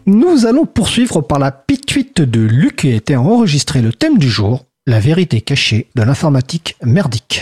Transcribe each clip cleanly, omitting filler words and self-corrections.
Nous allons poursuivre par la pituite de Luc qui a été enregistré le thème du jour, la vérité cachée de l'informatique merdique.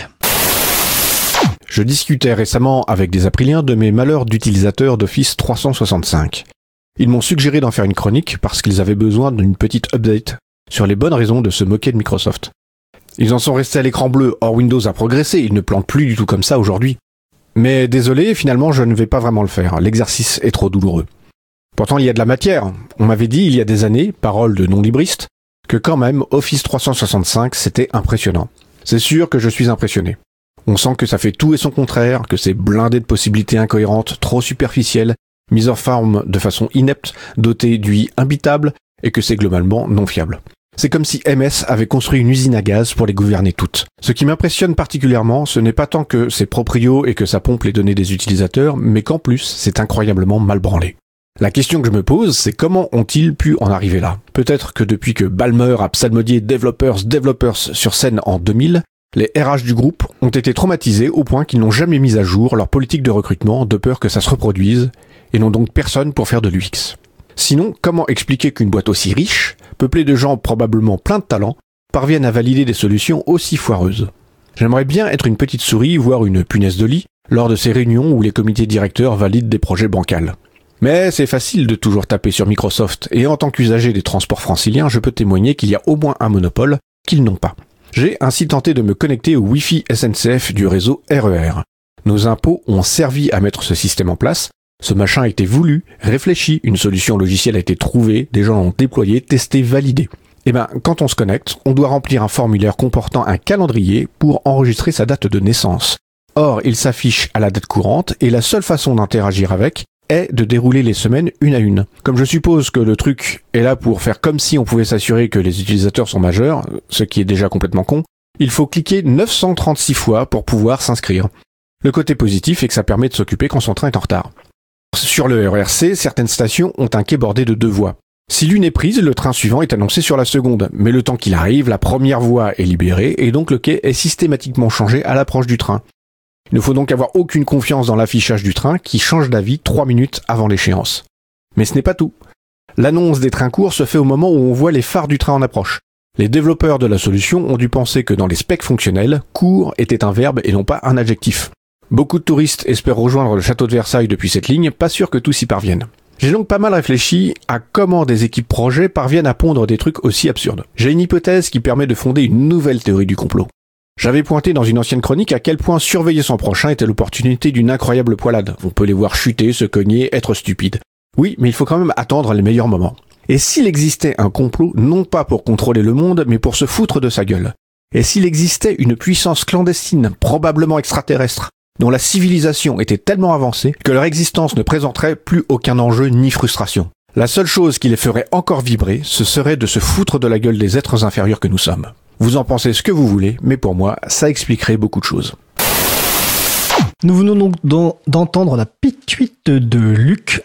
Je discutais récemment avec des Apriliens de mes malheurs d'utilisateurs d'Office 365. Ils m'ont suggéré d'en faire une chronique parce qu'ils avaient besoin d'une petite update sur les bonnes raisons de se moquer de Microsoft. Ils en sont restés à l'écran bleu, or Windows a progressé, il ne plante plus du tout comme ça aujourd'hui. Mais désolé, finalement je ne vais pas vraiment le faire, l'exercice est trop douloureux. Pourtant il y a de la matière, on m'avait dit il y a des années, parole de non-libriste, que quand même Office 365 c'était impressionnant. C'est sûr que je suis impressionné. On sent que ça fait tout et son contraire, que c'est blindé de possibilités incohérentes, trop superficielles, mises en forme de façon inepte, doté d'UI imbitable, et que c'est globalement non fiable. C'est comme si MS avait construit une usine à gaz pour les gouverner toutes. Ce qui m'impressionne particulièrement, ce n'est pas tant que c'est proprio et que ça pompe les données des utilisateurs, mais qu'en plus, c'est incroyablement mal branlé. La question que je me pose, c'est comment ont-ils pu en arriver là ? Peut-être que depuis que Ballmer a psalmodié Developers sur scène en 2000, les RH du groupe ont été traumatisés au point qu'ils n'ont jamais mis à jour leur politique de recrutement de peur que ça se reproduise, et n'ont donc personne pour faire de l'UX. Sinon, comment expliquer qu'une boîte aussi riche, peuplée de gens probablement pleins de talent, parvienne à valider des solutions aussi foireuses ? J'aimerais bien être une petite souris, voire une punaise de lit, lors de ces réunions où les comités directeurs valident des projets bancals. Mais c'est facile de toujours taper sur Microsoft, et en tant qu'usager des transports franciliens, je peux témoigner qu'il y a au moins un monopole qu'ils n'ont pas. J'ai ainsi tenté de me connecter au Wi-Fi SNCF du réseau RER. Nos impôts ont servi à mettre ce système en place. Ce machin a été voulu, réfléchi, une solution logicielle a été trouvée, des gens l'ont déployé, testé, validé. Et quand on se connecte, on doit remplir un formulaire comportant un calendrier pour enregistrer sa date de naissance. Or, il s'affiche à la date courante et la seule façon d'interagir avec est de dérouler les semaines une à une. Comme je suppose que le truc est là pour faire comme si on pouvait s'assurer que les utilisateurs sont majeurs, ce qui est déjà complètement con, il faut cliquer 936 fois pour pouvoir s'inscrire. Le côté positif est que ça permet de s'occuper quand son train est en retard. Sur le RERC, certaines stations ont un quai bordé de 2 voies. Si l'une est prise, le train suivant est annoncé sur la seconde, mais le temps qu'il arrive, la première voie est libérée et donc le quai est systématiquement changé à l'approche du train. Il ne faut donc avoir aucune confiance dans l'affichage du train qui change d'avis 3 minutes avant l'échéance. Mais ce n'est pas tout. L'annonce des trains courts se fait au moment où on voit les phares du train en approche. Les développeurs de la solution ont dû penser que dans les specs fonctionnels, court était un verbe et non pas un adjectif. Beaucoup de touristes espèrent rejoindre le château de Versailles depuis cette ligne, pas sûr que tous y parviennent. J'ai donc pas mal réfléchi à comment des équipes projets parviennent à pondre des trucs aussi absurdes. J'ai une hypothèse qui permet de fonder une nouvelle théorie du complot. J'avais pointé dans une ancienne chronique à quel point surveiller son prochain était l'opportunité d'une incroyable poilade. On peut les voir chuter, se cogner, être stupides. Oui, mais il faut quand même attendre les meilleurs moments. Et s'il existait un complot, non pas pour contrôler le monde, mais pour se foutre de sa gueule ? Et s'il existait une puissance clandestine, probablement extraterrestre, dont la civilisation était tellement avancée que leur existence ne présenterait plus aucun enjeu ni frustration. La seule chose qui les ferait encore vibrer, ce serait de se foutre de la gueule des êtres inférieurs que nous sommes. Vous en pensez ce que vous voulez, mais pour moi, ça expliquerait beaucoup de choses. Nous venons donc d'entendre la pituite de Luc